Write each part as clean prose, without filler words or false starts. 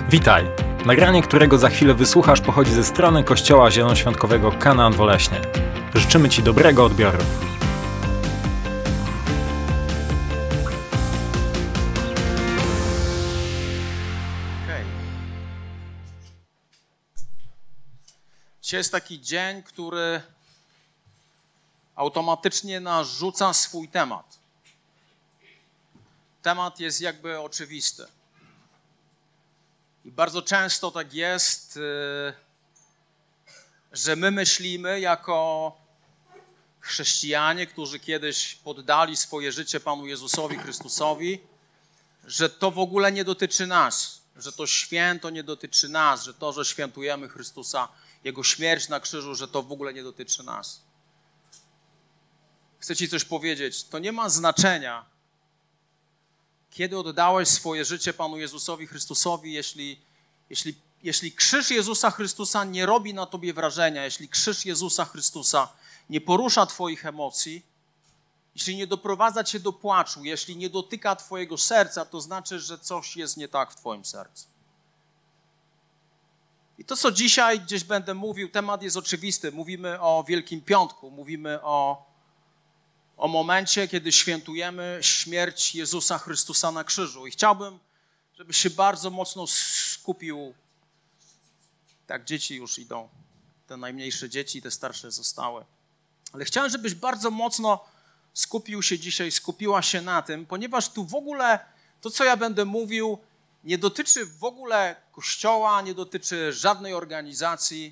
Witaj! Nagranie, którego za chwilę wysłuchasz, pochodzi ze strony Kościoła Zielonoświątkowego Kanaan w Oleśnie. Życzymy Ci dobrego odbioru. Dzisiaj jest taki dzień, który automatycznie narzuca swój temat. Temat jest jakby oczywisty. I bardzo często tak jest, że my myślimy jako chrześcijanie, którzy kiedyś poddali swoje życie Panu Jezusowi Chrystusowi, że to w ogóle nie dotyczy nas, że to święto nie dotyczy nas, że to, że świętujemy Chrystusa, Jego śmierć na krzyżu, że to w ogóle nie dotyczy nas. Chcę Ci coś powiedzieć, to nie ma znaczenia, kiedy oddałeś swoje życie Panu Jezusowi Chrystusowi, jeśli krzyż Jezusa Chrystusa nie robi na Tobie wrażenia, jeśli krzyż Jezusa Chrystusa nie porusza Twoich emocji, jeśli nie doprowadza Cię do płaczu, jeśli nie dotyka Twojego serca, to znaczy, że coś jest nie tak w Twoim sercu. I to, co dzisiaj gdzieś będę mówił, temat jest oczywisty. Mówimy o Wielkim Piątku, mówimy o momencie, kiedy świętujemy śmierć Jezusa Chrystusa na krzyżu. I chciałbym, żebyś się bardzo mocno skupił. Tak, dzieci już idą. Te najmniejsze dzieci, te starsze zostały. Ale chciałem, żebyś bardzo mocno skupił się dzisiaj, skupiła się na tym, ponieważ tu w ogóle to, co ja będę mówił, nie dotyczy w ogóle Kościoła, nie dotyczy żadnej organizacji,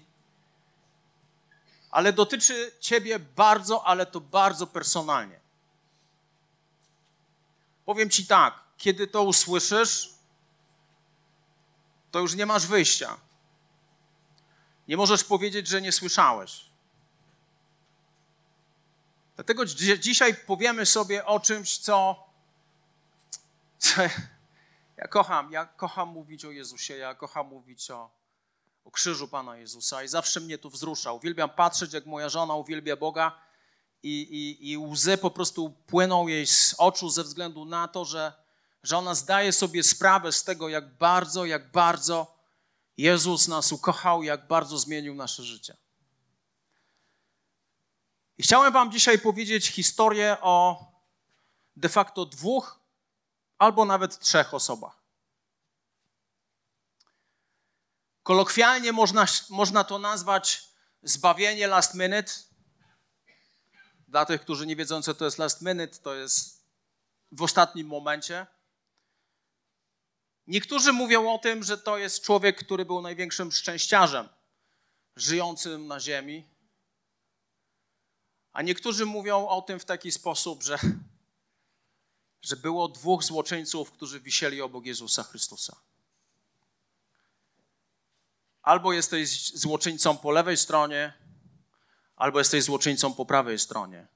ale dotyczy Ciebie bardzo, ale to bardzo personalnie. Powiem Ci tak, kiedy to usłyszysz, to już nie masz wyjścia. Nie możesz powiedzieć, że nie słyszałeś. Dlatego dzisiaj powiemy sobie o czymś, co ja kocham. Ja kocham mówić o Jezusie, ja kocham mówić o krzyżu Pana Jezusa i zawsze mnie to wzrusza. Uwielbiam patrzeć, jak moja żona uwielbia Boga i łzy po prostu płyną jej z oczu ze względu na to, że ona zdaje sobie sprawę z tego, jak bardzo Jezus nas ukochał, jak bardzo zmienił nasze życie. I chciałem wam dzisiaj powiedzieć historię o de facto 2 albo nawet 3 osobach. Kolokwialnie można to nazwać zbawienie last minute. Dla tych, którzy nie wiedzą, co to jest last minute, to jest w ostatnim momencie. Niektórzy mówią o tym, że to jest człowiek, który był największym szczęściarzem żyjącym na ziemi. A niektórzy mówią o tym w taki sposób, że było 2 złoczyńców, którzy wisieli obok Jezusa Chrystusa. Albo jesteś złoczyńcą po lewej stronie, albo jesteś złoczyńcą po prawej stronie.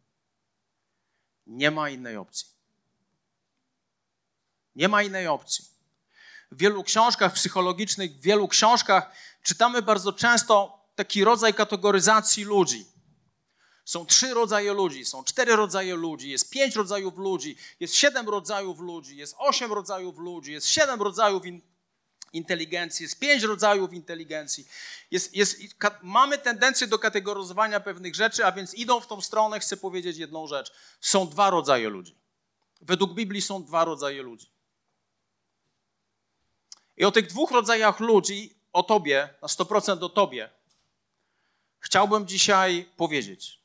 Nie ma innej opcji. Nie ma innej opcji. W wielu książkach psychologicznych, w wielu książkach czytamy bardzo często taki rodzaj kategoryzacji ludzi. Są 3 rodzaje ludzi, są 4 rodzaje ludzi, jest 5 rodzajów ludzi, jest 7 rodzajów ludzi, jest 8 rodzajów ludzi, jest 7 rodzajów inteligencji, jest 5 rodzajów inteligencji. Mamy tendencję do kategoryzowania pewnych rzeczy, a więc idą w tą stronę, chcę powiedzieć jedną rzecz. Są 2 rodzaje ludzi. Według Biblii są 2 rodzaje ludzi. I o tych 2 rodzajach ludzi, o tobie, na 100% o tobie, chciałbym dzisiaj powiedzieć.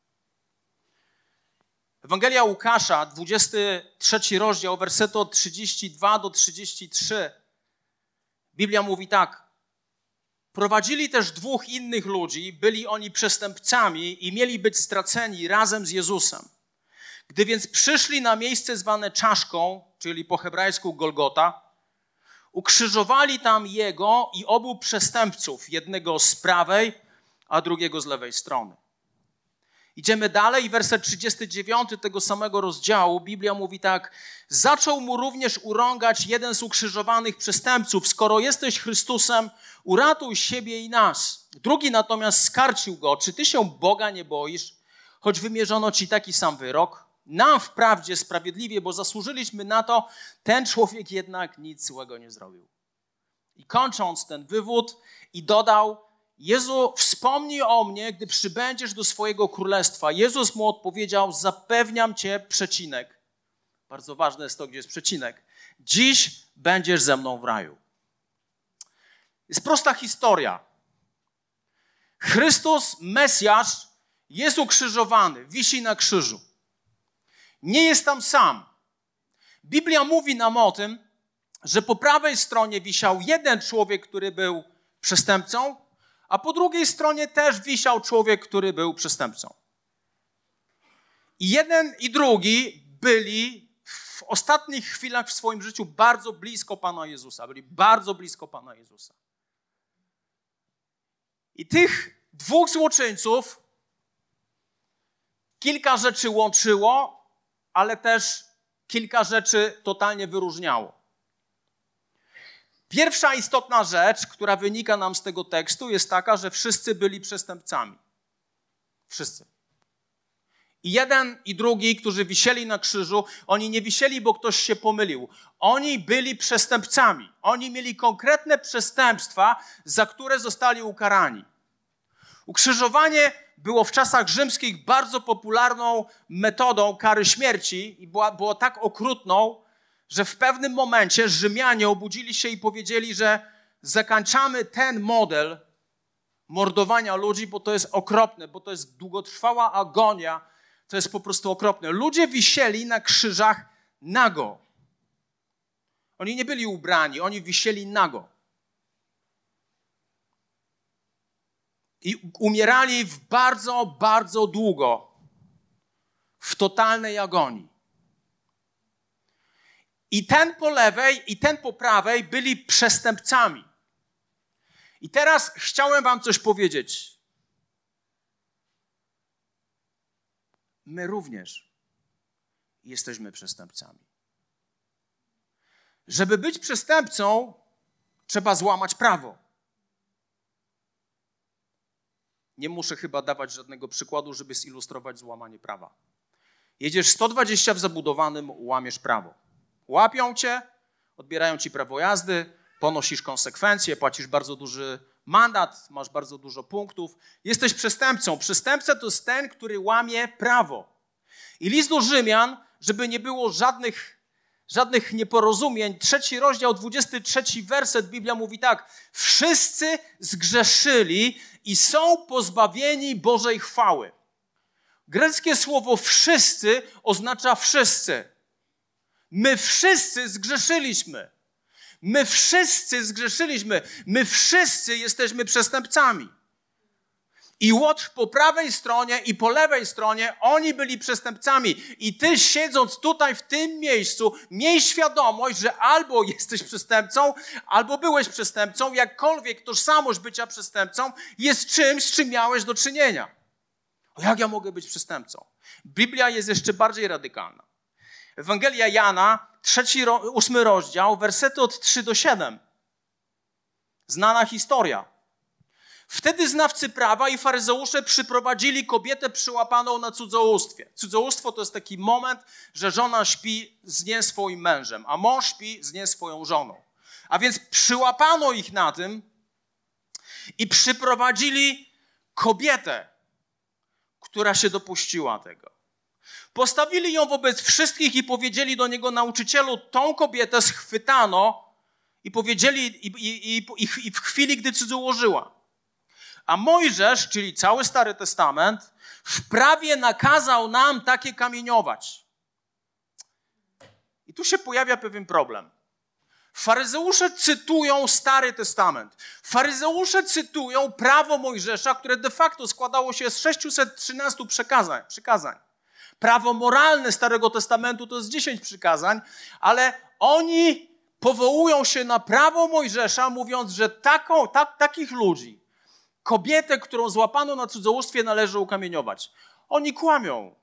Ewangelia Łukasza, 23 rozdział, wersety od 32 do 33. Biblia mówi tak. Prowadzili też 2 innych ludzi, byli oni przestępcami i mieli być straceni razem z Jezusem. Gdy więc przyszli na miejsce zwane Czaszką, czyli po hebrajsku Golgota, ukrzyżowali tam Jego i obu przestępców, jednego z prawej, a drugiego z lewej strony. Idziemy dalej i werset 39 tego samego rozdziału, Biblia mówi tak. Zaczął mu również urągać jeden z ukrzyżowanych przestępców. Skoro jesteś Chrystusem, uratuj siebie i nas. Drugi natomiast skarcił go. Czy ty się Boga nie boisz, choć wymierzono ci taki sam wyrok? Nam wprawdzie sprawiedliwie, bo zasłużyliśmy na to, ten człowiek jednak nic złego nie zrobił. I kończąc ten wywód i dodał: Jezu, wspomnij o mnie, gdy przybędziesz do swojego królestwa. Jezus mu odpowiedział: zapewniam cię, przecinek. Bardzo ważne jest to, gdzie jest przecinek. Dziś będziesz ze mną w raju. Jest prosta historia. Chrystus, Mesjasz, jest ukrzyżowany, wisi na krzyżu. Nie jest tam sam. Biblia mówi nam o tym, że po prawej stronie wisiał jeden człowiek, który był przestępcą, a po drugiej stronie też wisiał człowiek, który był przestępcą. I jeden i drugi byli w ostatnich chwilach w swoim życiu bardzo blisko Pana Jezusa. Byli bardzo blisko Pana Jezusa. I tych dwóch złoczyńców kilka rzeczy łączyło, ale też kilka rzeczy totalnie wyróżniało. Pierwsza istotna rzecz, która wynika nam z tego tekstu, jest taka, że wszyscy byli przestępcami. Wszyscy. I jeden i drugi, którzy wisieli na krzyżu, oni nie wisieli, bo ktoś się pomylił. Oni byli przestępcami. Oni mieli konkretne przestępstwa, za które zostali ukarani. Ukrzyżowanie było w czasach rzymskich bardzo popularną metodą kary śmierci i było tak okrutną, że w pewnym momencie Rzymianie obudzili się i powiedzieli, że zakończamy ten model mordowania ludzi, bo to jest okropne, bo to jest długotrwała agonia, to jest po prostu okropne. Ludzie wisieli na krzyżach nago. Oni nie byli ubrani, oni wisieli nago. I umierali bardzo, bardzo długo w totalnej agonii. I ten po lewej, i ten po prawej byli przestępcami. I teraz chciałem wam coś powiedzieć. My również jesteśmy przestępcami. Żeby być przestępcą, trzeba złamać prawo. Nie muszę chyba dawać żadnego przykładu, żeby zilustrować złamanie prawa. Jedziesz 120 w zabudowanym, łamiesz prawo. Łapią cię, odbierają ci prawo jazdy, ponosisz konsekwencje, płacisz bardzo duży mandat, masz bardzo dużo punktów. Jesteś przestępcą. Przestępca to jest ten, który łamie prawo. I list do Rzymian, żeby nie było żadnych nieporozumień, 3 rozdział, 23 werset, Biblia mówi tak: wszyscy zgrzeszyli i są pozbawieni Bożej chwały. Greckie słowo wszyscy oznacza wszyscy. My wszyscy zgrzeszyliśmy. My wszyscy zgrzeszyliśmy. My wszyscy jesteśmy przestępcami. I Łotr po prawej stronie i po lewej stronie, oni byli przestępcami. I ty, siedząc tutaj w tym miejscu, miej świadomość, że albo jesteś przestępcą, albo byłeś przestępcą. Jakkolwiek tożsamość bycia przestępcą jest czymś, z czym miałeś do czynienia. Jak ja mogę być przestępcą? Biblia jest jeszcze bardziej radykalna. Ewangelia Jana, 8 rozdział, wersety od 3 do 7. Znana historia. Wtedy znawcy prawa i faryzeusze przyprowadzili kobietę przyłapaną na cudzołóstwie. Cudzołóstwo to jest taki moment, że żona śpi z nie swoim mężem, a mąż śpi z nie swoją żoną. A więc przyłapano ich na tym i przyprowadzili kobietę, która się dopuściła tego. Postawili ją wobec wszystkich i powiedzieli do niego: nauczycielu, tą kobietę schwytano i powiedzieli i w chwili, gdy cudzołożyła. A Mojżesz, czyli cały Stary Testament, w prawie nakazał nam takie kamieniować. I tu się pojawia pewien problem. Faryzeusze cytują Stary Testament. Faryzeusze cytują prawo Mojżesza, które de facto składało się z 613 przykazań. Prawo moralne Starego Testamentu to jest 10 przykazań, ale oni powołują się na prawo Mojżesza, mówiąc, że takich ludzi, kobietę, którą złapano na cudzołóstwie, należy ukamieniować. Oni kłamią.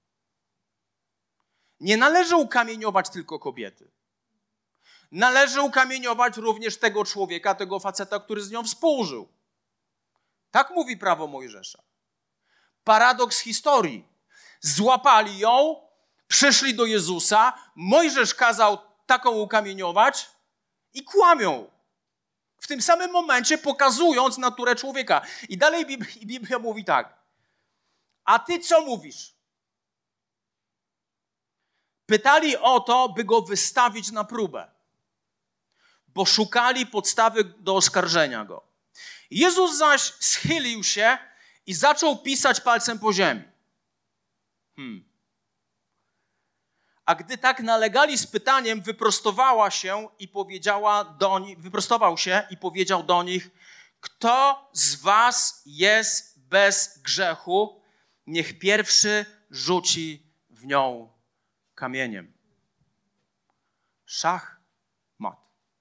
Nie należy ukamieniować tylko kobiety. Należy ukamieniować również tego człowieka, tego faceta, który z nią współżył. Tak mówi prawo Mojżesza. Paradoks historii. Złapali ją, przyszli do Jezusa, Mojżesz kazał taką ukamieniować i kłamią. W tym samym momencie pokazując naturę człowieka. I dalej Biblia mówi tak. A ty co mówisz? Pytali o to, by go wystawić na próbę, bo szukali podstawy do oskarżenia go. Jezus zaś schylił się i zaczął pisać palcem po ziemi. A gdy tak nalegali z pytaniem, wyprostował się i powiedział do nich, kto z was jest bez grzechu, niech pierwszy rzuci w nią kamieniem. Szach, mat.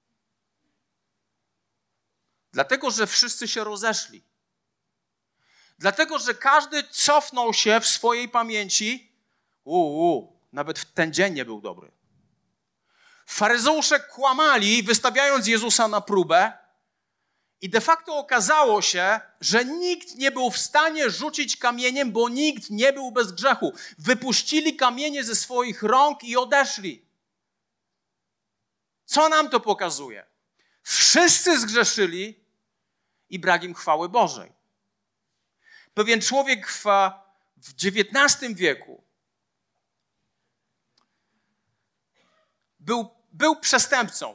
Dlatego, że wszyscy się rozeszli. Dlatego, że każdy cofnął się w swojej pamięci. Nawet w ten dzień nie był dobry. Faryzeusze kłamali, wystawiając Jezusa na próbę i de facto okazało się, że nikt nie był w stanie rzucić kamieniem, bo nikt nie był bez grzechu. Wypuścili kamienie ze swoich rąk i odeszli. Co nam to pokazuje? Wszyscy zgrzeszyli i brak im chwały Bożej. Pewien człowiek w XIX wieku był przestępcą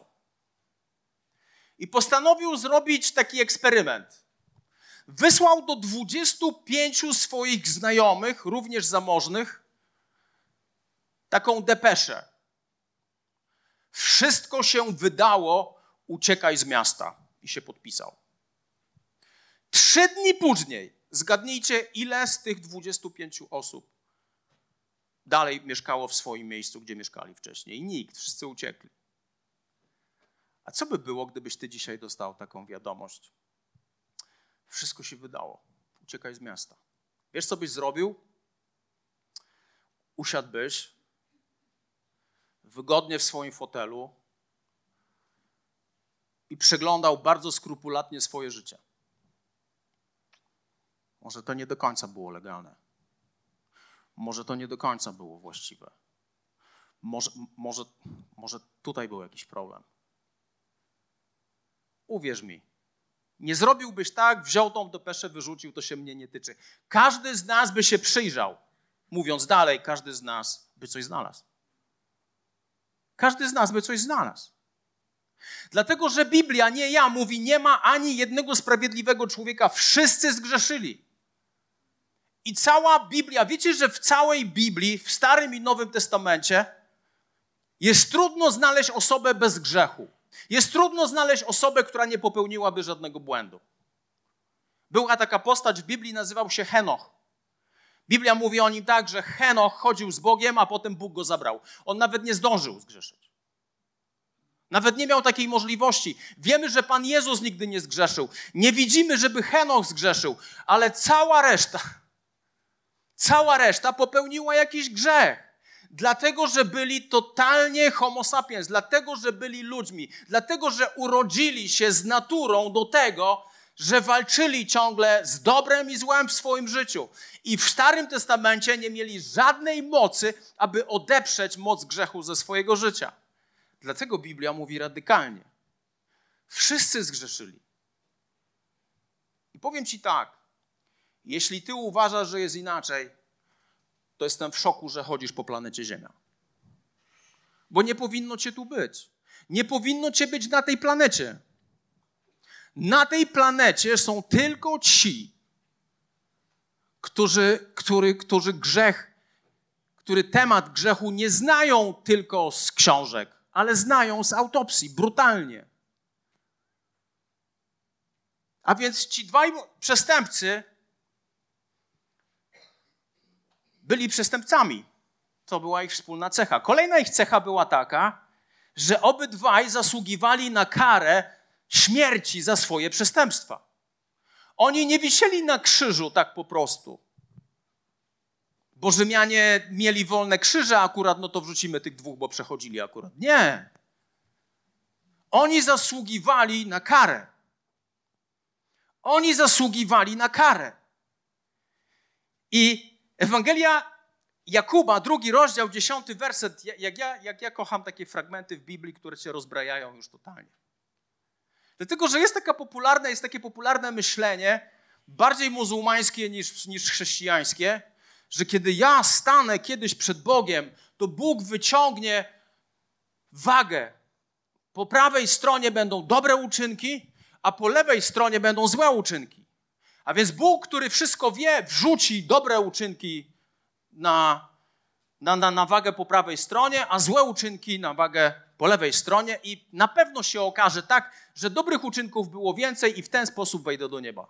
i postanowił zrobić taki eksperyment. Wysłał do 25 swoich znajomych, również zamożnych, taką depeszę. Wszystko się wydało, uciekaj z miasta. I się podpisał. 3 dni później, zgadnijcie, ile z tych 25 osób dalej mieszkało w swoim miejscu, gdzie mieszkali wcześniej. Nikt, wszyscy uciekli. A co by było, gdybyś ty dzisiaj dostał taką wiadomość? Wszystko się wydało. Uciekaj z miasta. Wiesz, co byś zrobił? Usiadłbyś wygodnie w swoim fotelu i przeglądał bardzo skrupulatnie swoje życie. Może to nie do końca było legalne. Może to nie do końca było właściwe. Może tutaj był jakiś problem. Uwierz mi, nie zrobiłbyś tak, wziął tą depeszę, wyrzucił, to się mnie nie tyczy. Każdy z nas by się przyjrzał. Mówiąc dalej, każdy z nas by coś znalazł. Każdy z nas by coś znalazł. Dlatego, że Biblia, nie ja, mówi, nie ma ani jednego sprawiedliwego człowieka. Wszyscy zgrzeszyli. I cała Biblia, wiecie, że w całej Biblii, w Starym i Nowym Testamencie jest trudno znaleźć osobę bez grzechu. Jest trudno znaleźć osobę, która nie popełniłaby żadnego błędu. Była taka postać w Biblii, nazywał się Henoch. Biblia mówi o nim tak, że Henoch chodził z Bogiem, a potem Bóg go zabrał. On nawet nie zdążył zgrzeszyć. Nawet nie miał takiej możliwości. Wiemy, że Pan Jezus nigdy nie zgrzeszył. Nie widzimy, żeby Henoch zgrzeszył, ale cała reszta popełniła jakiś grzech. Dlatego, że byli totalnie homo sapiens, dlatego, że byli ludźmi, dlatego, że urodzili się z naturą do tego, że walczyli ciągle z dobrem i złem w swoim życiu. I w Starym Testamencie nie mieli żadnej mocy, aby odeprzeć moc grzechu ze swojego życia. Dlatego Biblia mówi radykalnie. Wszyscy zgrzeszyli. I powiem ci tak, jeśli ty uważasz, że jest inaczej, to jestem w szoku, że chodzisz po planecie Ziemia. Bo nie powinno cię tu być. Nie powinno cię być na tej planecie. Na tej planecie są tylko ci, którzy temat grzechu nie znają tylko z książek, ale znają z autopsji, brutalnie. A więc ci 2 przestępcy byli przestępcami. To była ich wspólna cecha. Kolejna ich cecha była taka, że obydwaj zasługiwali na karę śmierci za swoje przestępstwa. Oni nie wisieli na krzyżu tak po prostu. Bo Rzymianie mieli wolne krzyże akurat, no to wrzucimy tych 2, bo przechodzili akurat. Nie. Oni zasługiwali na karę. Oni zasługiwali na karę. I Ewangelia Jakuba, 2 rozdział, 10 werset. Jak ja kocham takie fragmenty w Biblii, które cię rozbrajają już totalnie. Dlatego, że jest takie popularne myślenie, bardziej muzułmańskie niż chrześcijańskie, że kiedy ja stanę kiedyś przed Bogiem, to Bóg wyciągnie wagę. Po prawej stronie będą dobre uczynki, a po lewej stronie będą złe uczynki. A więc Bóg, który wszystko wie, wrzuci dobre uczynki na wagę po prawej stronie, a złe uczynki na wagę po lewej stronie i na pewno się okaże tak, że dobrych uczynków było więcej i w ten sposób wejdę do nieba.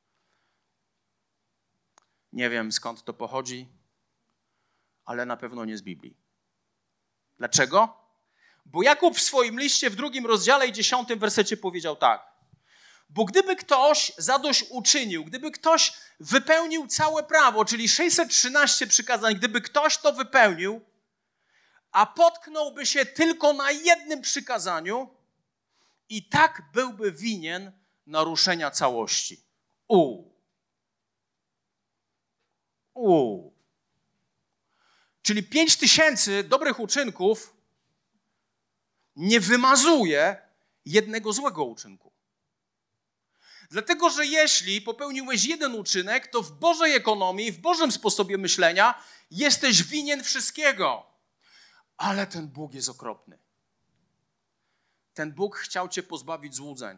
Nie wiem, skąd to pochodzi, ale na pewno nie z Biblii. Dlaczego? Bo Jakub w swoim liście w 2 rozdziale i 10 wersecie powiedział tak. Bo gdyby ktoś zadośćuczynił, gdyby ktoś wypełnił całe prawo, czyli 613 przykazań, gdyby ktoś to wypełnił, a potknąłby się tylko na jednym przykazaniu, i tak byłby winien naruszenia całości. Czyli 5000 dobrych uczynków nie wymazuje jednego złego uczynku. Dlatego, że jeśli popełniłeś jeden uczynek, to w Bożej ekonomii, w Bożym sposobie myślenia jesteś winien wszystkiego. Ale ten Bóg jest okropny. Ten Bóg chciał cię pozbawić złudzeń.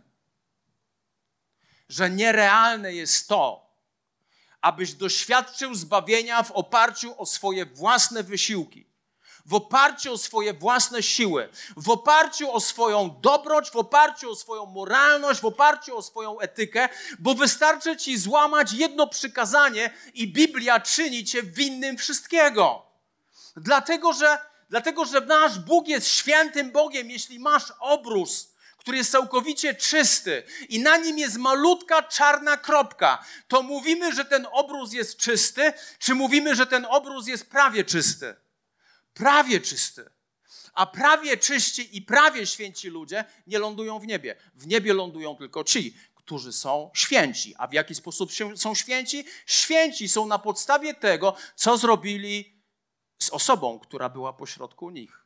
Że nierealne jest to, abyś doświadczył zbawienia w oparciu o swoje własne wysiłki, w oparciu o swoje własne siły, w oparciu o swoją dobroć, w oparciu o swoją moralność, w oparciu o swoją etykę, bo wystarczy ci złamać jedno przykazanie i Biblia czyni cię winnym wszystkiego. Dlatego, że nasz Bóg jest świętym Bogiem. Jeśli masz obrus, który jest całkowicie czysty i na nim jest malutka czarna kropka, to mówimy, że ten obrus jest czysty, czy mówimy, że ten obrus jest prawie czysty? Prawie czysty. A prawie czyści i prawie święci ludzie nie lądują w niebie. W niebie lądują tylko ci, którzy są święci. A w jaki sposób są święci? Święci są na podstawie tego, co zrobili z osobą, która była pośrodku nich.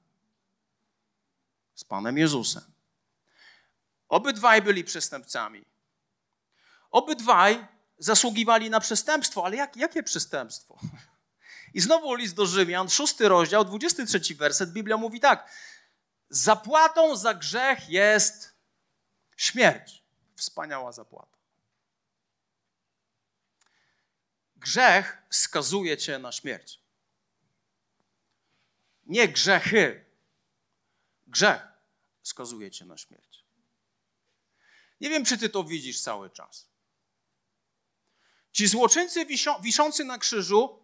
Z Panem Jezusem. Obydwaj byli przestępcami. Obydwaj zasługiwali na przestępstwo, ale jakie przestępstwo? I znowu list do Rzymian, 6 rozdział, 23 werset, Biblia mówi tak. Zapłatą za grzech jest śmierć. Wspaniała zapłata. Grzech skazuje cię na śmierć. Nie grzechy. Grzech skazuje cię na śmierć. Nie wiem, czy ty to widzisz cały czas. Ci złoczyńcy wiszący na krzyżu,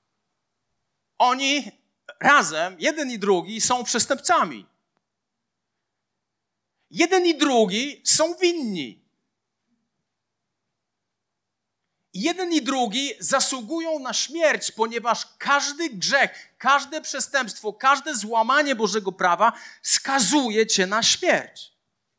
oni razem, jeden i drugi, są przestępcami. Jeden i drugi są winni. Jeden i drugi zasługują na śmierć, ponieważ każdy grzech, każde przestępstwo, każde złamanie Bożego prawa skazuje cię na śmierć.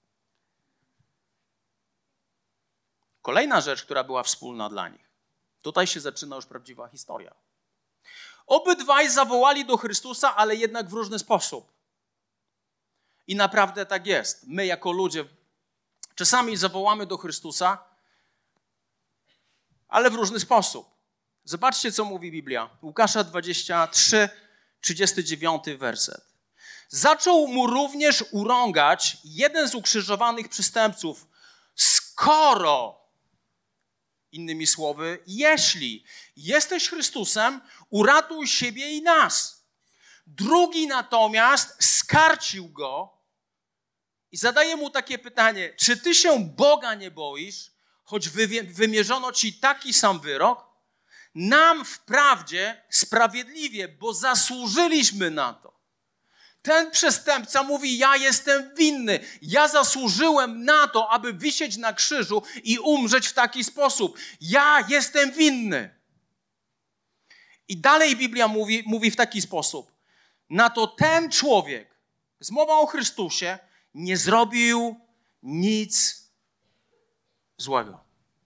Kolejna rzecz, która była wspólna dla nich. Tutaj się zaczyna już prawdziwa historia. Obydwaj zawołali do Chrystusa, ale jednak w różny sposób. I naprawdę tak jest. My jako ludzie czasami zawołamy do Chrystusa, ale w różny sposób. Zobaczcie, co mówi Biblia. Łukasza 23, 39 werset. Zaczął mu również urągać jeden z ukrzyżowanych przestępców. Skoro, innymi słowy, jeśli jesteś Chrystusem, uratuj siebie i nas. Drugi natomiast skarcił go i zadaje mu takie pytanie, czy ty się Boga nie boisz, choć wymierzono ci taki sam wyrok? Nam wprawdzie sprawiedliwie, bo zasłużyliśmy na to. Ten przestępca mówi, ja jestem winny. Ja zasłużyłem na to, aby wisieć na krzyżu i umrzeć w taki sposób. Ja jestem winny. I dalej Biblia mówi w taki sposób. Na to ten człowiek, z mową o Chrystusie, nie zrobił nic złego.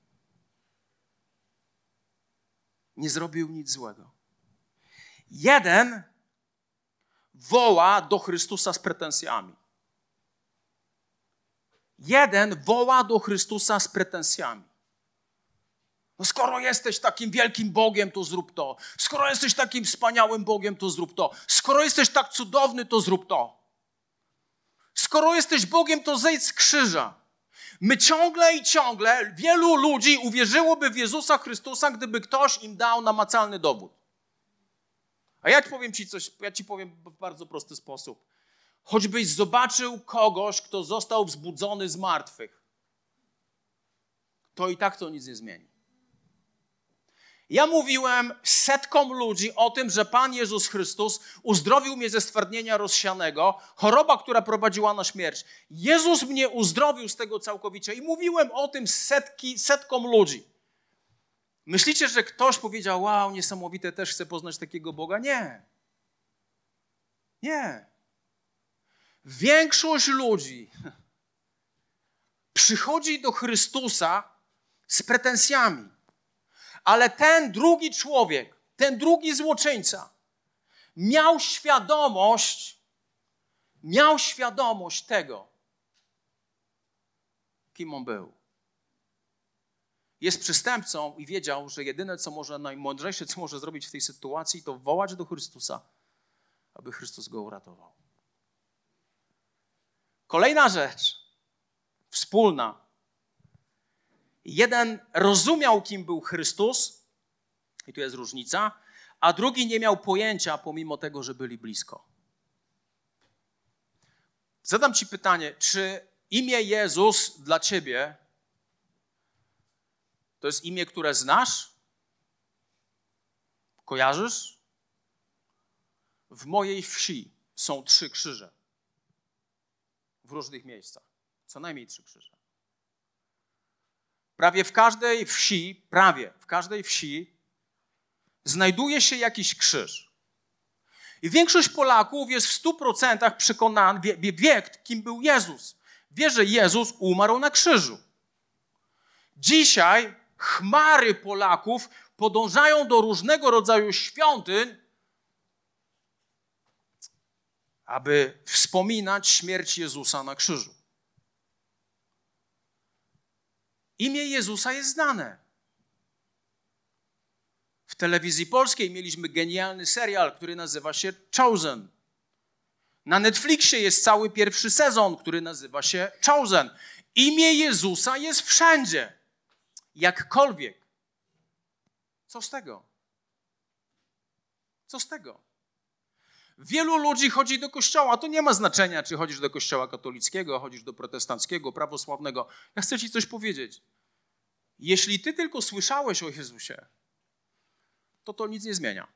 Nie zrobił nic złego. Jeden woła do Chrystusa z pretensjami. Jeden woła do Chrystusa z pretensjami. No skoro jesteś takim wielkim Bogiem, to zrób to. Skoro jesteś takim wspaniałym Bogiem, to zrób to. Skoro jesteś tak cudowny, to zrób to. Skoro jesteś Bogiem, to zejdź z krzyża. My ciągle i ciągle, wielu ludzi uwierzyłoby w Jezusa Chrystusa, gdyby ktoś im dał namacalny dowód. A ja ci powiem w bardzo prosty sposób. Choćbyś zobaczył kogoś, kto został wzbudzony z martwych, to i tak to nic nie zmieni. Ja mówiłem setkom ludzi o tym, że Pan Jezus Chrystus uzdrowił mnie ze stwardnienia rozsianego, choroba, która prowadziła na śmierć. Jezus mnie uzdrowił z tego całkowicie i mówiłem o tym setkom ludzi. Myślicie, że ktoś powiedział, wow, niesamowite, też chcę poznać takiego Boga? Nie. Nie. Większość ludzi przychodzi do Chrystusa z pretensjami. Ale ten drugi człowiek, ten drugi złoczyńca miał świadomość tego, kim on był. Jest przestępcą i wiedział, że jedyne, najmądrzejsze, co może zrobić w tej sytuacji, to wołać do Chrystusa, aby Chrystus go uratował. Kolejna rzecz, wspólna. Jeden rozumiał, kim był Chrystus, i tu jest różnica, a drugi nie miał pojęcia, pomimo tego, że byli blisko. Zadam ci pytanie, czy imię Jezus dla ciebie to jest imię, które znasz? Kojarzysz? W mojej wsi są 3 krzyże. W różnych miejscach. Co najmniej 3 krzyże. Prawie w każdej wsi znajduje się jakiś krzyż. I większość Polaków jest w 100% przekonana, wie, kim był Jezus. Wie, że Jezus umarł na krzyżu. Dzisiaj chmary Polaków podążają do różnego rodzaju świątyń, aby wspominać śmierć Jezusa na krzyżu. Imię Jezusa jest znane. W telewizji polskiej mieliśmy genialny serial, który nazywa się Chosen. Na Netflixie jest cały 1. sezon, który nazywa się Chosen. Imię Jezusa jest wszędzie. Jakkolwiek. Co z tego? Co z tego? Wielu ludzi chodzi do kościoła. To nie ma znaczenia, czy chodzisz do kościoła katolickiego, chodzisz do protestanckiego, prawosławnego. Ja chcę ci coś powiedzieć. Jeśli ty tylko słyszałeś o Jezusie, to nic nie zmienia.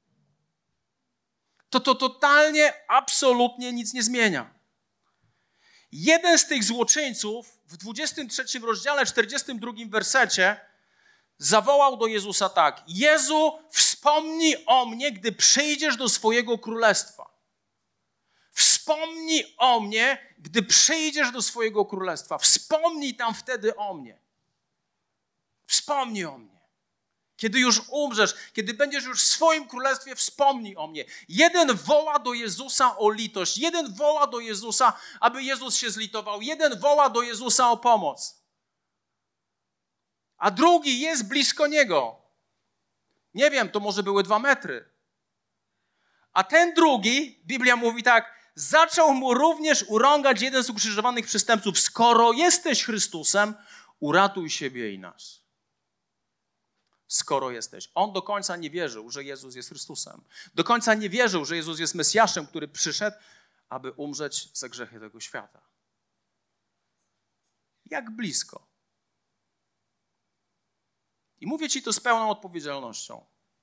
To totalnie, absolutnie nic nie zmienia. Jeden z tych złoczyńców w 23 rozdziale, 42 wersecie zawołał do Jezusa tak: Jezu, wspomnij o mnie, gdy przyjdziesz do swojego królestwa. Wspomnij o mnie, gdy przyjdziesz do swojego królestwa. Wspomnij tam wtedy o mnie. Wspomnij o mnie. Kiedy już umrzesz, kiedy będziesz już w swoim królestwie, wspomnij o mnie. Jeden woła do Jezusa o litość. Jeden woła do Jezusa, aby Jezus się zlitował. Jeden woła do Jezusa o pomoc. A drugi jest blisko Niego. Nie wiem, to może były 2 metry. A ten drugi, Biblia mówi tak, zaczął mu również urągać jeden z ukrzyżowanych przestępców. Skoro jesteś Chrystusem, uratuj siebie i nas. Skoro jesteś. On do końca nie wierzył, że Jezus jest Chrystusem. Do końca nie wierzył, że Jezus jest Mesjaszem, który przyszedł, aby umrzeć za grzechy tego świata. Jak blisko. I mówię ci to z pełną odpowiedzialnością.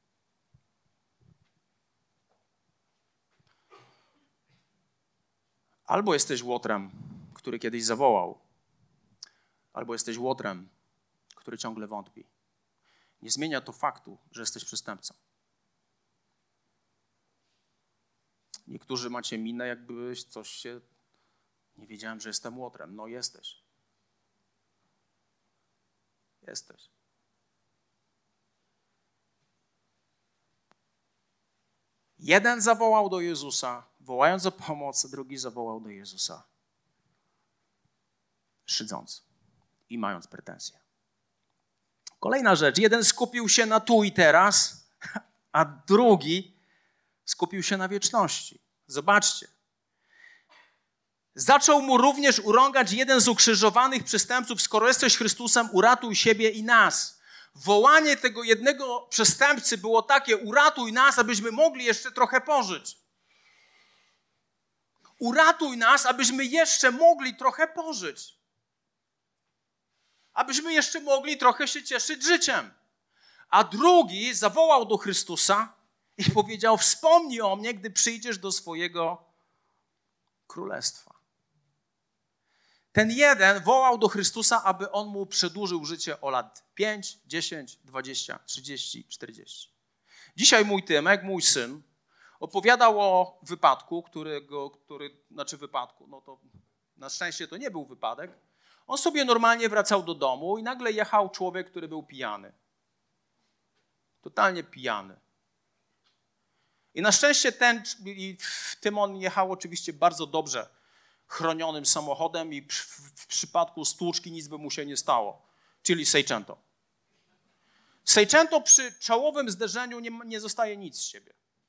Albo jesteś łotrem, który kiedyś zawołał, albo jesteś łotrem, który ciągle wątpi. Nie zmienia to faktu, że jesteś przestępcą. Niektórzy macie minę, jakbyś coś się... Nie wiedziałem, że jestem łotrem. No jesteś. Jesteś. Jeden zawołał do Jezusa, wołając o pomoc, drugi zawołał do Jezusa. szydząc i mając pretensje. Kolejna rzecz. Jeden skupił się na tu i teraz, a drugi skupił się na wieczności. Zobaczcie. Zaczął mu również urągać jeden z ukrzyżowanych przestępców: skoro jesteś Chrystusem, uratuj siebie i nas. Wołanie tego jednego przestępcy było takie: uratuj nas, abyśmy mogli jeszcze trochę pożyć. Uratuj nas, abyśmy jeszcze mogli trochę pożyć. Abyśmy jeszcze mogli trochę się cieszyć życiem. A drugi zawołał do Chrystusa i powiedział: wspomnij o mnie, gdy przyjdziesz do swojego królestwa. Ten jeden wołał do Chrystusa, aby on mu przedłużył życie o lat 5, 10, 20, 30, 40. Dzisiaj mój Tymek, mój syn, opowiadał o wypadku, no to na szczęście to nie był wypadek. On sobie normalnie wracał do domu i nagle jechał człowiek, który był pijany. Totalnie pijany. I na szczęście w tym on jechał oczywiście bardzo dobrze chronionym samochodem i w przypadku stłuczki nic by mu się nie stało, czyli Seicento. Seicento przy czołowym zderzeniu nie zostaje nic z siebie.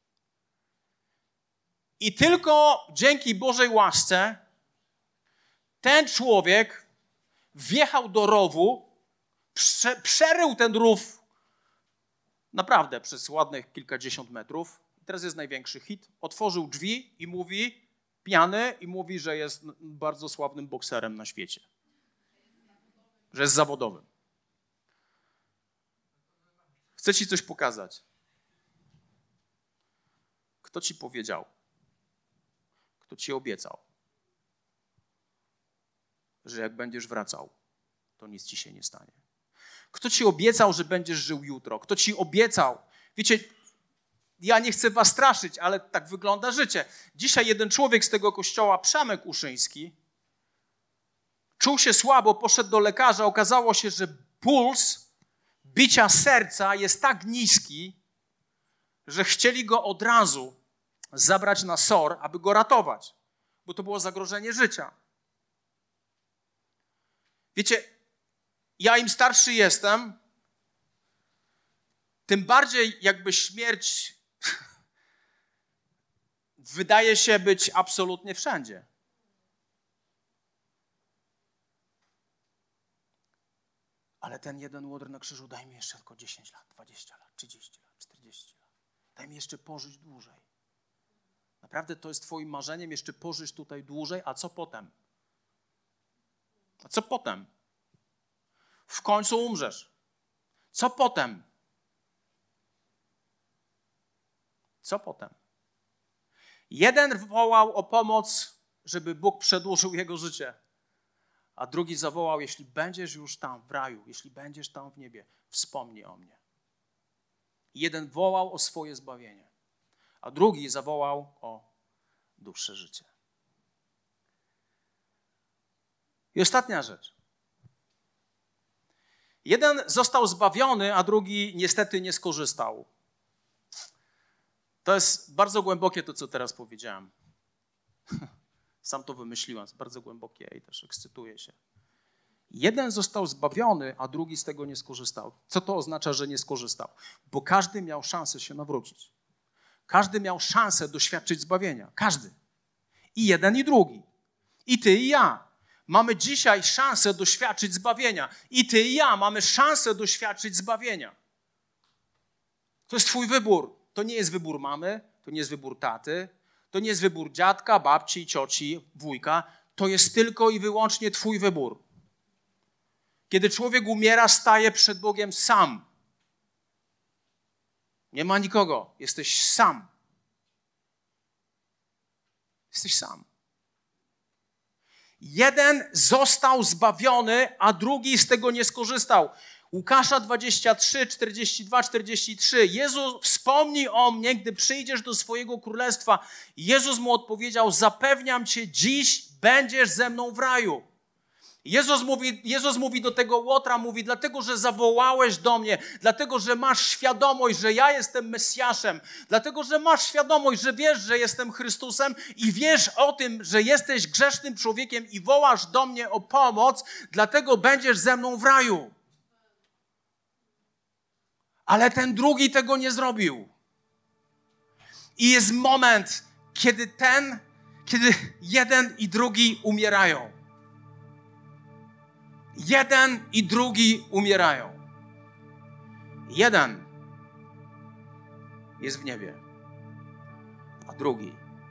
I tylko dzięki Bożej łasce ten człowiek wjechał do rowu, przerył ten rów naprawdę przez ładnych kilkadziesiąt metrów. Teraz jest największy hit. Otworzył drzwi i mówi, pijany, i mówi, że jest bardzo sławnym bokserem na świecie. Że jest zawodowym. Chcę ci coś pokazać. Kto ci powiedział? Kto ci obiecał? Że jak będziesz wracał, to nic ci się nie stanie. Kto ci obiecał, że będziesz żył jutro? Kto ci obiecał? Wiecie, ja nie chcę was straszyć, ale tak wygląda życie. Dzisiaj jeden człowiek z tego kościoła, Przemek Uszyński, czuł się słabo, poszedł do lekarza. Okazało się, że puls bicia serca jest tak niski, że chcieli go od razu zabrać na SOR, aby go ratować, bo to było zagrożenie życia. Wiecie, ja im starszy jestem, tym bardziej jakby śmierć wydaje się być absolutnie wszędzie. Ale ten jeden łodr na krzyżu, daj mi jeszcze tylko 10 lat, 20 lat, 30 lat, 40 lat. Daj mi jeszcze pożyć dłużej. Naprawdę to jest twoim marzeniem, jeszcze pożyć tutaj dłużej, a co potem? A co potem? W końcu umrzesz. Co potem? Co potem? Jeden wołał o pomoc, żeby Bóg przedłużył jego życie, a drugi zawołał: jeśli będziesz już tam w raju, jeśli będziesz tam w niebie, wspomnij o mnie. Jeden wołał o swoje zbawienie, a drugi zawołał o dłuższe życie. I ostatnia rzecz. Jeden został zbawiony, a drugi niestety nie skorzystał. To jest bardzo głębokie to, co teraz powiedziałem. Sam to wymyśliłem, jest bardzo głębokie i też ekscytuję się. Jeden został zbawiony, a drugi z tego nie skorzystał. Co to oznacza, że nie skorzystał? Bo każdy miał szansę się nawrócić. Każdy miał szansę doświadczyć zbawienia. Każdy. I jeden, i drugi. I ty, i ja. Mamy dzisiaj szansę doświadczyć zbawienia. I ty, i ja mamy szansę doświadczyć zbawienia. To jest twój wybór. To nie jest wybór mamy, to nie jest wybór taty, to nie jest wybór dziadka, babci, cioci, wujka. To jest tylko i wyłącznie twój wybór. Kiedy człowiek umiera, staje przed Bogiem sam. Nie ma nikogo. Jesteś sam. Jesteś sam. Jeden został zbawiony, a drugi z tego nie skorzystał. Łukasza 23, 42, 43. Jezus, wspomnij o mnie, gdy przyjdziesz do swojego królestwa. Jezus mu odpowiedział: zapewniam cię, dziś będziesz ze mną w raju. Jezus mówi do tego Łotra, mówi, dlatego, że zawołałeś do mnie, dlatego, że masz świadomość, że ja jestem Mesjaszem, dlatego, że masz świadomość, że wiesz, że jestem Chrystusem i wiesz o tym, że jesteś grzesznym człowiekiem i wołasz do mnie o pomoc, dlatego będziesz ze mną w raju. Ale ten drugi tego nie zrobił. I jest moment, kiedy jeden i drugi umierają. Jeden i drugi umierają. Jeden jest w niebie, a drugi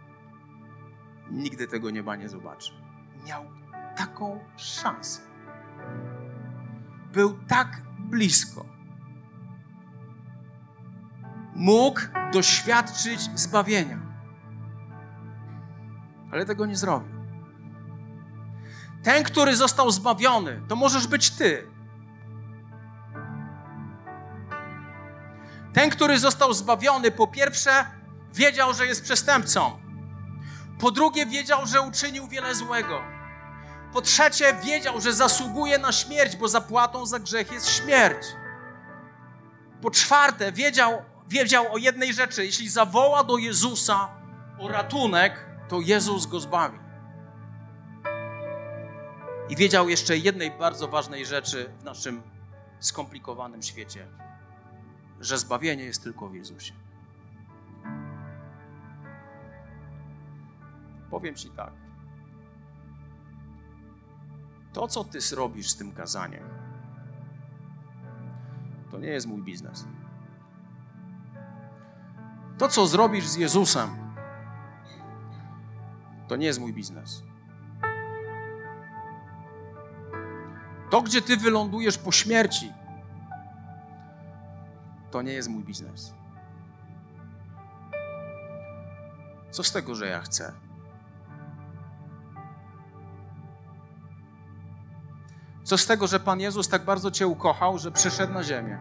nigdy tego nieba nie zobaczy. Miał taką szansę. Był tak blisko. Mógł doświadczyć zbawienia. Ale tego nie zrobił. Ten, który został zbawiony, to możesz być ty. Ten, który został zbawiony, po pierwsze, wiedział, że jest przestępcą. Po drugie, wiedział, że uczynił wiele złego. Po trzecie, wiedział, że zasługuje na śmierć, bo zapłatą za grzech jest śmierć. Po czwarte, wiedział o jednej rzeczy. Jeśli zawoła do Jezusa o ratunek, to Jezus go zbawi. I wiedział jeszcze jednej bardzo ważnej rzeczy w naszym skomplikowanym świecie, że zbawienie jest tylko w Jezusie. Powiem ci tak. To, co ty zrobisz z tym kazaniem, to nie jest mój biznes. To, co zrobisz z Jezusem, to nie jest mój biznes. To, gdzie ty wylądujesz po śmierci, to nie jest mój biznes. Co z tego, że ja chcę? Co z tego, że Pan Jezus tak bardzo cię ukochał, że przyszedł na ziemię?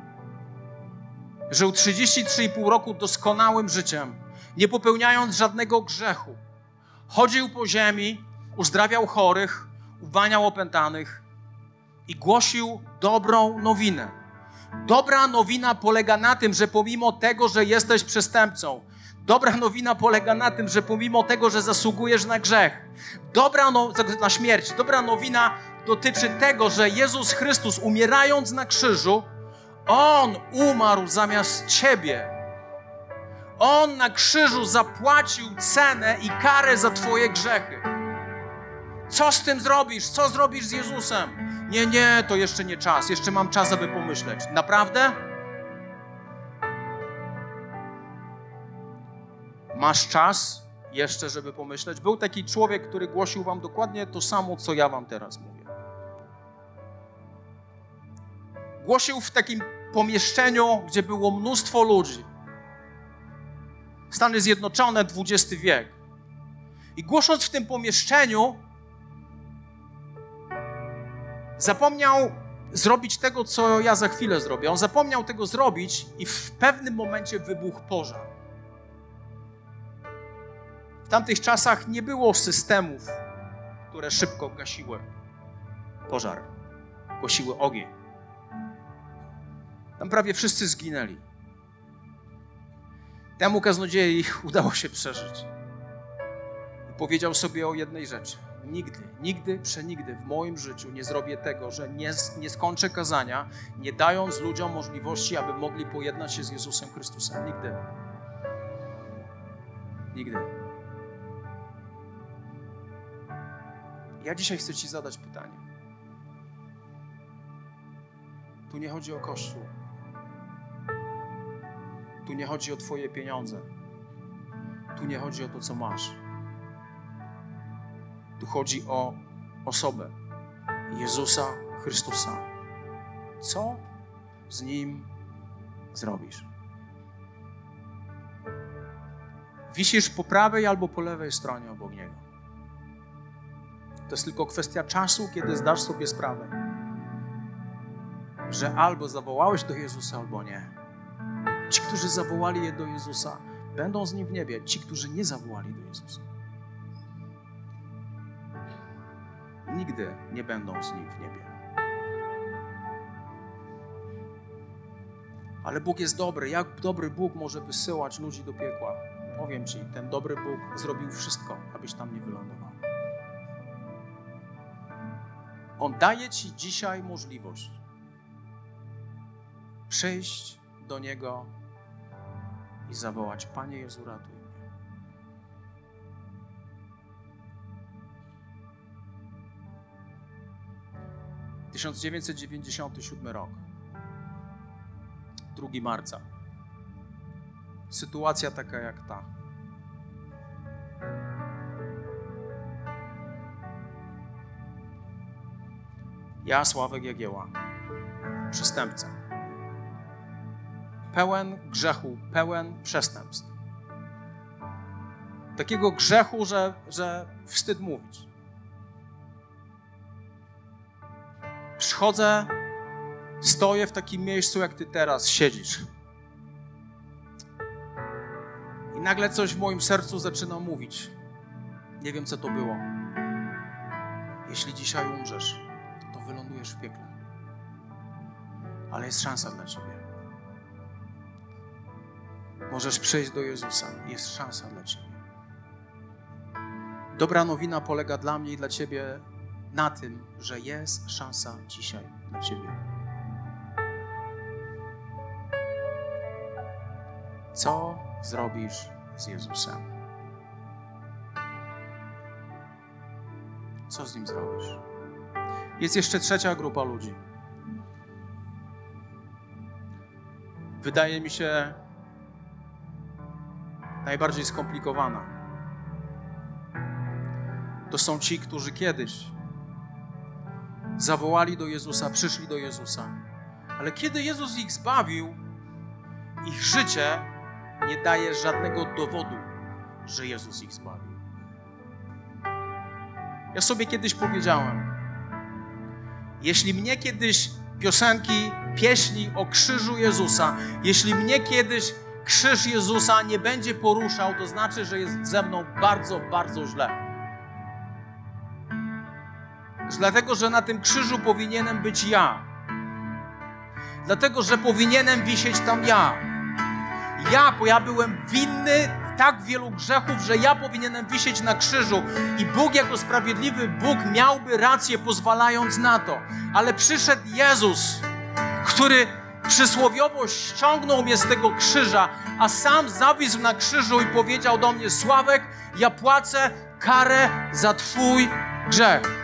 Żył 33,5 roku doskonałym życiem, nie popełniając żadnego grzechu. Chodził po ziemi, uzdrawiał chorych, uwalniał opętanych i głosił dobrą nowinę. Dobra nowina polega na tym, że pomimo tego, że jesteś przestępcą, dobra nowina polega na tym, że pomimo tego, że zasługujesz na grzech, na śmierć, dobra nowina dotyczy tego, że Jezus Chrystus, umierając na krzyżu, On umarł zamiast ciebie. On na krzyżu zapłacił cenę i karę za twoje grzechy. Co z tym zrobisz? Co zrobisz z Jezusem? Nie, to jeszcze nie czas. Jeszcze mam czas, aby pomyśleć. Naprawdę? Masz czas jeszcze, żeby pomyśleć? Był taki człowiek, który głosił wam dokładnie to samo, co ja wam teraz mówię. Głosił w takim pomieszczeniu, gdzie było mnóstwo ludzi. Stany Zjednoczone, XX wiek. I głosząc w tym pomieszczeniu, zapomniał zrobić tego, co ja za chwilę zrobię. On zapomniał tego zrobić i w pewnym momencie wybuchł pożar. W tamtych czasach nie było systemów, które szybko gasiły pożar, gasiły ogień. Tam prawie wszyscy zginęli. Temu kaznodziei udało się przeżyć. I powiedział sobie o jednej rzeczy. Nigdy, przenigdy w moim życiu nie zrobię tego, że nie skończę kazania, nie dając ludziom możliwości, aby mogli pojednać się z Jezusem Chrystusem. Nigdy. Ja dzisiaj chcę ci zadać pytanie. Tu nie chodzi o Kościół. Tu nie chodzi o twoje pieniądze. Tu nie chodzi o to, co masz. Tu chodzi o osobę Jezusa Chrystusa. Co z Nim zrobisz? Wisisz po prawej albo po lewej stronie obok Niego. To jest tylko kwestia czasu, kiedy zdasz sobie sprawę, że albo zawołałeś do Jezusa, albo nie. Ci, którzy zawołali je do Jezusa, będą z Nim w niebie. Ci, którzy nie zawołali do Jezusa, nigdy nie będą z Nim w niebie. Ale Bóg jest dobry. Jak dobry Bóg może wysyłać ludzi do piekła? Powiem Ci, ten dobry Bóg zrobił wszystko, abyś tam nie wylądował. On daje Ci dzisiaj możliwość przyjść do Niego i zawołać: Panie Jezu, ratuj mnie. W 1997 rok, 2 marca. Sytuacja taka jak ta. Ja, Sławek Jagieła, przestępca. Pełen grzechu, pełen przestępstw. Takiego grzechu, że wstyd mówić. Przychodzę, stoję w takim miejscu, jak ty teraz siedzisz. I nagle coś w moim sercu zaczyna mówić. Nie wiem, co to było. Jeśli dzisiaj umrzesz, to wylądujesz w piekle. Ale jest szansa dla ciebie. Możesz przyjść do Jezusa. Jest szansa dla ciebie. Dobra nowina polega dla mnie i dla ciebie na tym, że jest szansa dzisiaj dla ciebie. Co zrobisz z Jezusem? Co z Nim zrobisz? Jest jeszcze trzecia grupa ludzi. Wydaje mi się najbardziej skomplikowana. To są ci, którzy kiedyś zawołali do Jezusa, przyszli do Jezusa. Ale kiedy Jezus ich zbawił, ich życie nie daje żadnego dowodu, że Jezus ich zbawił. Ja sobie kiedyś powiedziałem, jeśli mnie kiedyś pieśni o krzyżu Jezusa, jeśli mnie kiedyś krzyż Jezusa nie będzie poruszał, to znaczy, że jest ze mną bardzo, bardzo źle. Dlatego, że na tym krzyżu powinienem być ja. Dlatego, że powinienem wisieć tam ja. Bo ja byłem winny tak wielu grzechów, że ja powinienem wisieć na krzyżu i Bóg jako sprawiedliwy Bóg miałby rację, pozwalając na to. Ale przyszedł Jezus, który przysłowiowo ściągnął mnie z tego krzyża, a sam zawisł na krzyżu i powiedział do mnie: Sławek, ja płacę karę za Twój grzech.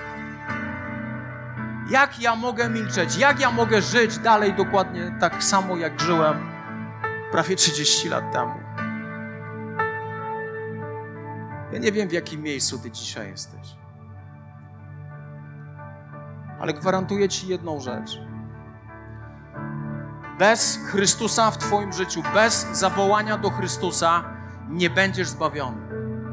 Jak ja mogę milczeć? Jak ja mogę żyć dalej dokładnie tak samo, jak żyłem prawie 30 lat temu? Ja nie wiem, w jakim miejscu ty dzisiaj jesteś. Ale gwarantuję ci jedną rzecz. Bez Chrystusa w twoim życiu, bez zawołania do Chrystusa nie będziesz zbawiony.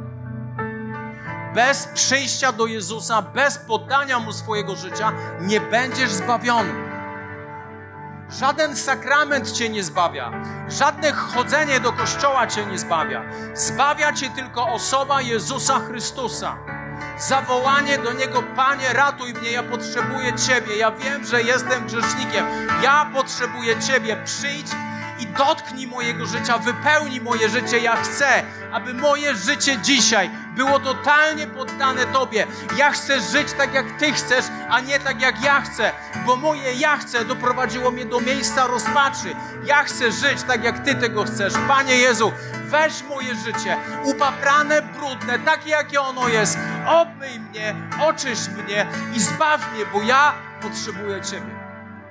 Bez przyjścia do Jezusa, bez poddania Mu swojego życia nie będziesz zbawiony. Żaden sakrament cię nie zbawia. Żadne chodzenie do kościoła cię nie zbawia. Zbawia cię tylko osoba Jezusa Chrystusa. Zawołanie do Niego: Panie, ratuj mnie, ja potrzebuję Ciebie. Ja wiem, że jestem grzesznikiem. Ja potrzebuję Ciebie. Przyjdź i dotknij mojego życia, wypełnij moje życie. Ja chcę, aby moje życie dzisiaj było totalnie poddane Tobie. Ja chcę żyć tak, jak Ty chcesz, a nie tak, jak ja chcę, bo moje ja chcę doprowadziło mnie do miejsca rozpaczy. Ja chcę żyć tak, jak Ty tego chcesz. Panie Jezu, weź moje życie, upaprane, brudne, takie, jakie ono jest. Obmyj mnie, oczyść mnie i zbaw mnie, bo ja potrzebuję Ciebie.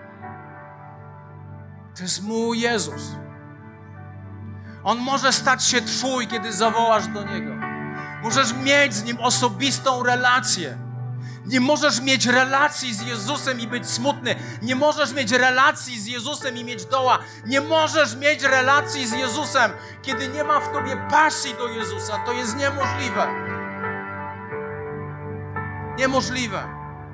To jest mój Jezus. On może stać się Twój, kiedy zawołasz do Niego. Możesz mieć z Nim osobistą relację. Nie możesz mieć relacji z Jezusem i być smutny. Nie możesz mieć relacji z Jezusem i mieć doła. Nie możesz mieć relacji z Jezusem, kiedy nie ma w tobie pasji do Jezusa. To jest niemożliwe. Niemożliwe.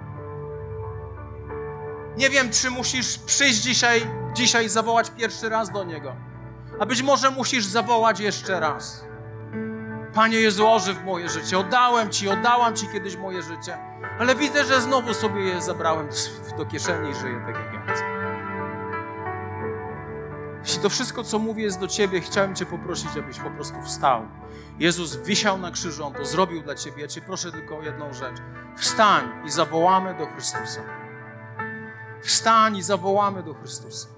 Nie wiem, czy musisz przyjść dzisiaj i zawołać pierwszy raz do Niego. A być może musisz zawołać jeszcze raz. Panie Jezu, ożyw moje życie. Oddałam Ci kiedyś moje życie, ale widzę, że znowu sobie je zabrałem do kieszeni i żyję tak jak ja chcę. Jeśli to wszystko, co mówię, jest do Ciebie, chciałem Cię poprosić, abyś po prostu wstał. Jezus wisiał na krzyżu, On to zrobił dla Ciebie. Ja Cię proszę tylko o jedną rzecz. Wstań i zawołamy do Chrystusa. Wstań i zawołamy do Chrystusa.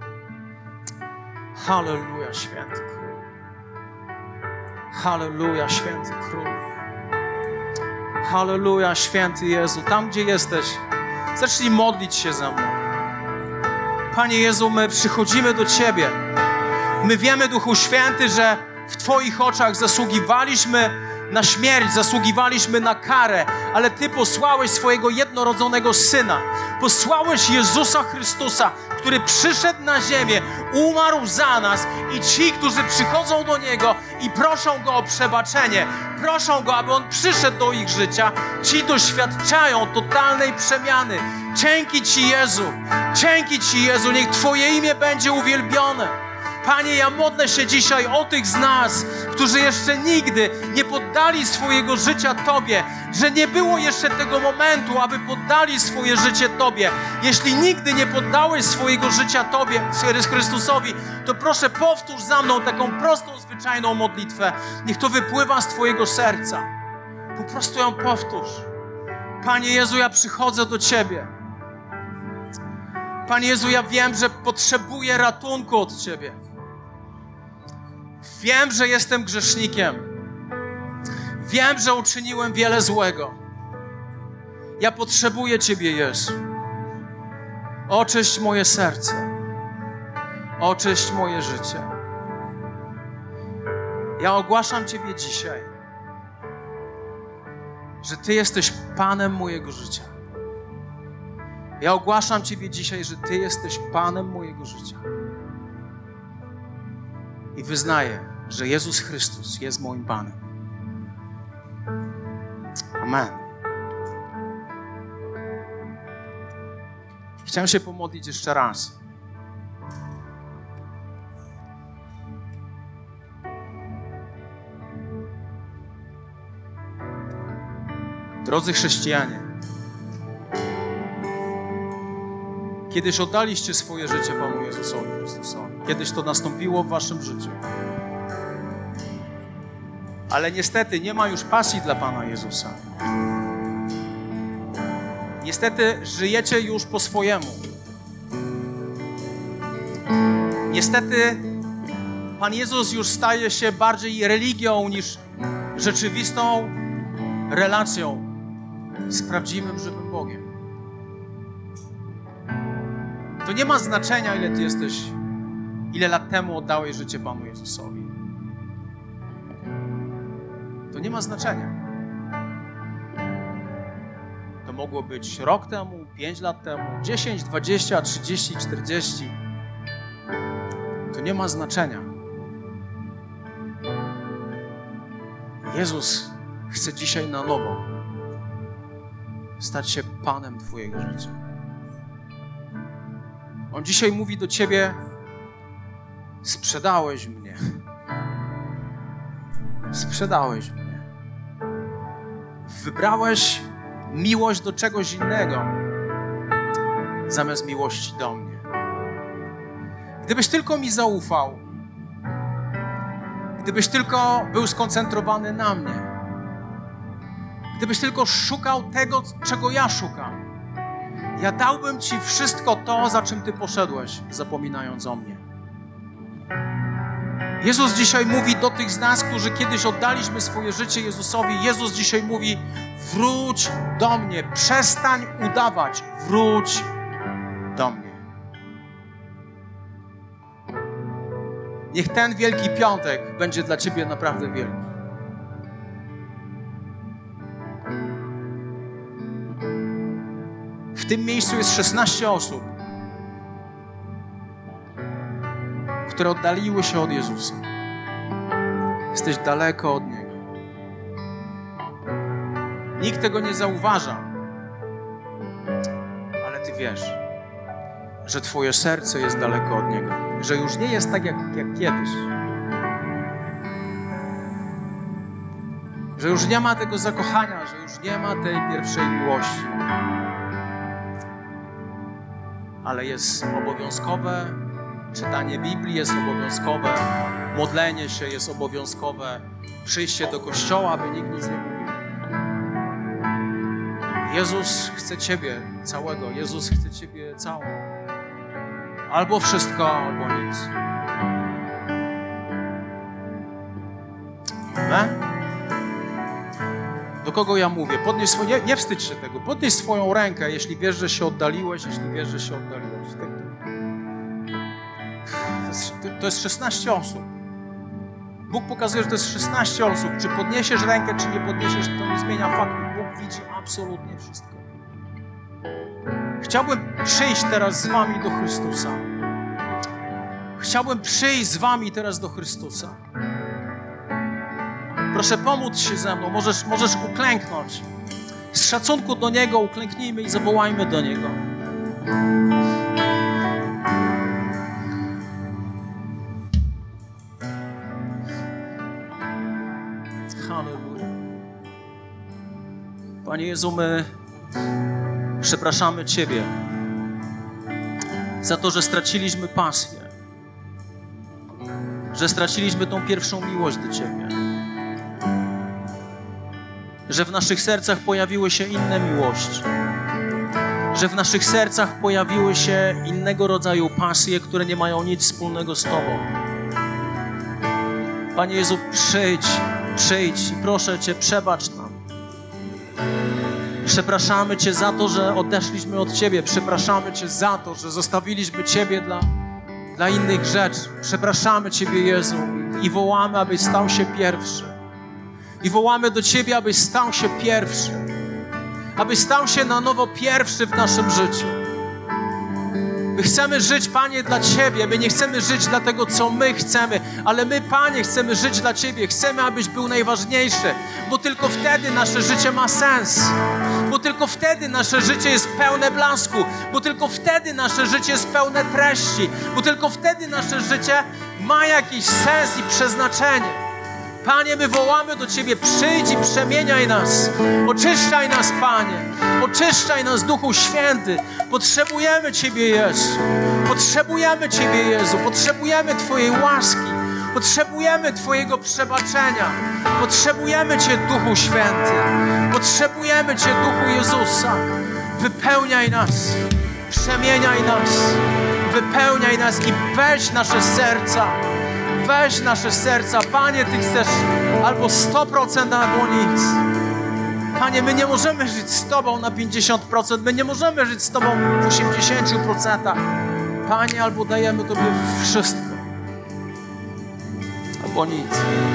Halleluja, święty Król. Halleluja, święty Król. Halleluja, święty Jezu. Tam, gdzie jesteś, zacznij modlić się za mną. Panie Jezu, my przychodzimy do Ciebie. My wiemy, Duchu Święty, że w Twoich oczach zasługiwaliśmy na śmierć, zasługiwaliśmy na karę, ale Ty posłałeś swojego jednorodzonego Syna. Posłałeś Jezusa Chrystusa, który przyszedł na ziemię, umarł za nas i ci, którzy przychodzą do Niego i proszą Go o przebaczenie, proszą Go, aby On przyszedł do ich życia, ci doświadczają totalnej przemiany. Dzięki Ci, Jezu. Dzięki Ci, Jezu. Niech Twoje imię będzie uwielbione. Panie, ja modlę się dzisiaj o tych z nas, którzy jeszcze nigdy nie poddali swojego życia Tobie, że nie było jeszcze tego momentu, aby poddali swoje życie Tobie. Jeśli nigdy nie poddałeś swojego życia Tobie, Chrystusowi, to proszę powtórz za mną taką prostą, zwyczajną modlitwę. Niech to wypływa z Twojego serca. Po prostu ją powtórz. Panie Jezu, ja przychodzę do Ciebie. Panie Jezu, ja wiem, że potrzebuję ratunku od Ciebie. Wiem, że jestem grzesznikiem. Wiem, że uczyniłem wiele złego. Ja potrzebuję Ciebie, Jezu. Oczyść moje serce. Oczyść moje życie. Ja ogłaszam Ciebie dzisiaj, że Ty jesteś Panem mojego życia. Ja ogłaszam Ciebie dzisiaj, że Ty jesteś Panem mojego życia. I wyznaję, że Jezus Chrystus jest moim Panem. Amen. Chciałem się pomodlić jeszcze raz. Drodzy chrześcijanie, kiedyś oddaliście swoje życie Panu Jezusowi Chrystusowi. Kiedyś to nastąpiło w waszym życiu. Ale niestety nie ma już pasji dla Pana Jezusa. Niestety żyjecie już po swojemu. Niestety Pan Jezus już staje się bardziej religią niż rzeczywistą relacją z prawdziwym, żywym Bogiem. To nie ma znaczenia, ile lat temu oddałeś życie Panu Jezusowi. To nie ma znaczenia. To mogło być rok temu, 5 lat temu, 10, 20, 30, 40. To nie ma znaczenia. Jezus chce dzisiaj na nowo stać się Panem Twojego życia. On dzisiaj mówi do Ciebie: sprzedałeś mnie. Sprzedałeś mnie. Wybrałeś miłość do czegoś innego zamiast miłości do mnie. Gdybyś tylko mi zaufał, gdybyś tylko był skoncentrowany na mnie, gdybyś tylko szukał tego, czego ja szukam, ja dałbym Ci wszystko to, za czym Ty poszedłeś, zapominając o mnie. Jezus dzisiaj mówi do tych z nas, którzy kiedyś oddaliśmy swoje życie Jezusowi. Jezus dzisiaj mówi: wróć do mnie, przestań udawać, wróć do mnie. Niech ten Wielki Piątek będzie dla Ciebie naprawdę wielki. W tym miejscu jest 16 osób, które oddaliły się od Jezusa. Jesteś daleko od Niego. Nikt tego nie zauważa, ale Ty wiesz, że Twoje serce jest daleko od Niego, że już nie jest tak jak kiedyś. że już nie ma tego zakochania, że już nie ma tej pierwszej miłości. Ale jest obowiązkowe czytanie Biblii, jest obowiązkowe modlenie się, jest obowiązkowe przyjście do kościoła, aby nikt nic nie mówił. Jezus chce Ciebie całego, Jezus chce Ciebie całą. Albo wszystko, albo nic. Amen? Do kogo ja mówię? Podnieś swoje, nie wstydź się tego. Podnieś swoją rękę, jeśli wiesz, że się oddaliłeś, jeśli wiesz, że się oddaliłeś. To jest 16 osób. Bóg pokazuje, że to jest 16 osób. Czy podniesiesz rękę, czy nie podniesiesz, to nie zmienia faktu. Bóg widzi absolutnie wszystko. Chciałbym przyjść teraz z wami do Chrystusa. Chciałbym przyjść z wami teraz do Chrystusa. Proszę pomóc się ze mną. Możesz uklęknąć. Z szacunku do Niego uklęknijmy i zawołajmy do Niego. Halleluja. Panie Jezu, my przepraszamy Ciebie za to, że straciliśmy pasję, że straciliśmy tą pierwszą miłość do Ciebie, że w naszych sercach pojawiły się inne miłości, że w naszych sercach pojawiły się innego rodzaju pasje, które nie mają nic wspólnego z Tobą. Panie Jezu, przyjdź i proszę Cię, przebacz nam. Przepraszamy Cię za to, że odeszliśmy od Ciebie. Przepraszamy Cię za to, że zostawiliśmy Ciebie dla innych rzeczy. Przepraszamy Ciebie, Jezu, i wołamy, abyś stał się pierwszy. I wołamy do Ciebie, abyś stał się pierwszy. Abyś stał się na nowo pierwszy w naszym życiu. My chcemy żyć, Panie, dla Ciebie. My nie chcemy żyć dla tego, co my chcemy, ale my, Panie, chcemy żyć dla Ciebie. Chcemy, abyś był najważniejszy, bo tylko wtedy nasze życie ma sens. Bo tylko wtedy nasze życie jest pełne blasku. Bo tylko wtedy nasze życie jest pełne treści. Bo tylko wtedy nasze życie ma jakiś sens i przeznaczenie. Panie, my wołamy do Ciebie, przyjdź i przemieniaj nas. Oczyszczaj nas, Panie. Oczyszczaj nas, Duchu Święty. Potrzebujemy Ciebie, Jezu. Potrzebujemy Ciebie, Jezu. Potrzebujemy Twojej łaski. Potrzebujemy Twojego przebaczenia. Potrzebujemy Cię, Duchu Święty. Potrzebujemy Cię, Duchu Jezusa. Wypełniaj nas. Przemieniaj nas. Wypełniaj nas i weź nasze serca. Weź nasze serca. Panie, Ty chcesz albo 100%, albo nic. Panie, my nie możemy żyć z Tobą na 50%. My nie możemy żyć z Tobą w 80%. Panie, albo dajemy Tobie wszystko, albo nic.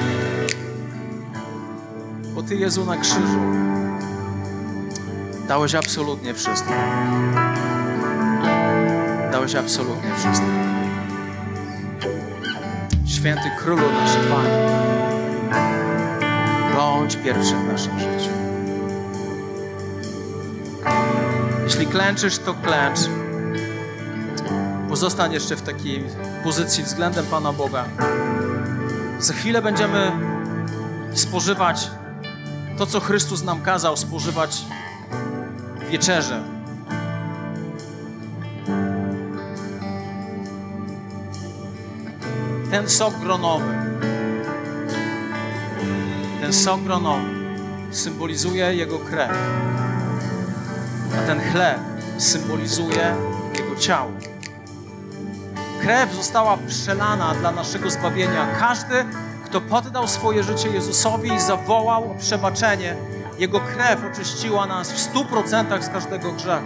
Bo Ty, Jezu, na krzyżu dałeś absolutnie wszystko. Dałeś absolutnie wszystko. Święty Królu nasz Panie, bądź pierwszy w naszym życiu. Jeśli klęczysz, to klęcz. Pozostań jeszcze w takiej pozycji względem Pana Boga. Za chwilę będziemy spożywać to, co Chrystus nam kazał spożywać w wieczerze. Ten sok gronowy symbolizuje Jego krew, a ten chleb symbolizuje Jego ciało. Krew została przelana dla naszego zbawienia. Każdy, kto poddał swoje życie Jezusowi i zawołał o przebaczenie, Jego krew oczyściła nas w 100% z każdego grzechu.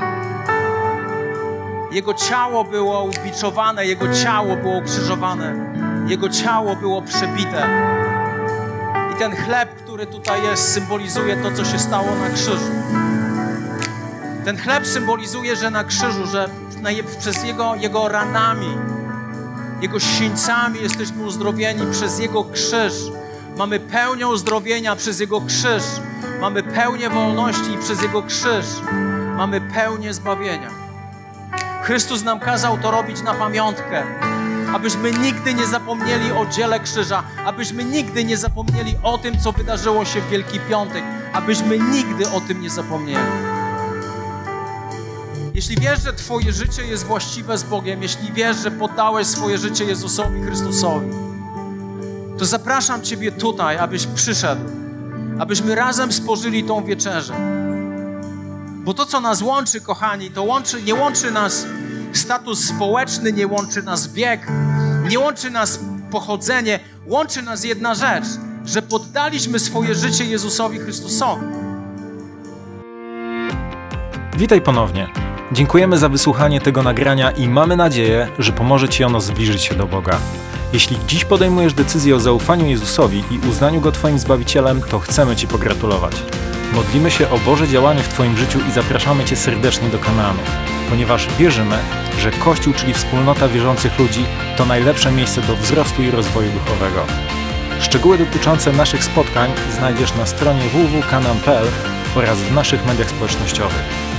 Jego ciało było ubiczowane, Jego ciało było ukrzyżowane, Jego ciało było przebite. I ten chleb, który tutaj jest, symbolizuje to, co się stało na krzyżu. Ten chleb symbolizuje, że na krzyżu, że przez Jego ranami, Jego sińcami jesteśmy uzdrowieni przez Jego krzyż. Mamy pełnię uzdrowienia przez Jego krzyż. Mamy pełnię wolności i przez Jego krzyż mamy pełnię zbawienia. Chrystus nam kazał to robić na pamiątkę. abyśmy nigdy nie zapomnieli o dziele krzyża, abyśmy nigdy nie zapomnieli o tym, co wydarzyło się w Wielki Piątek, abyśmy nigdy o tym nie zapomnieli. Jeśli wiesz, że Twoje życie jest właściwe z Bogiem, jeśli wiesz, że poddałeś swoje życie Jezusowi Chrystusowi, to zapraszam Ciebie tutaj, abyś przyszedł, abyśmy razem spożyli tą wieczerzę. Bo to, co nas łączy, kochani, nie łączy nas status społeczny, nie łączy nas wiek, nie łączy nas pochodzenie, łączy nas jedna rzecz, że poddaliśmy swoje życie Jezusowi Chrystusowi. Witaj ponownie. Dziękujemy za wysłuchanie tego nagrania i mamy nadzieję, że pomoże Ci ono zbliżyć się do Boga. Jeśli dziś podejmujesz decyzję o zaufaniu Jezusowi i uznaniu Go Twoim Zbawicielem, to chcemy Ci pogratulować. Modlimy się o Boże działanie w Twoim życiu i zapraszamy Cię serdecznie do Kanaanu, ponieważ wierzymy, że Kościół, czyli wspólnota wierzących ludzi, to najlepsze miejsce do wzrostu i rozwoju duchowego. Szczegóły dotyczące naszych spotkań znajdziesz na stronie www.kanaan.pl oraz w naszych mediach społecznościowych.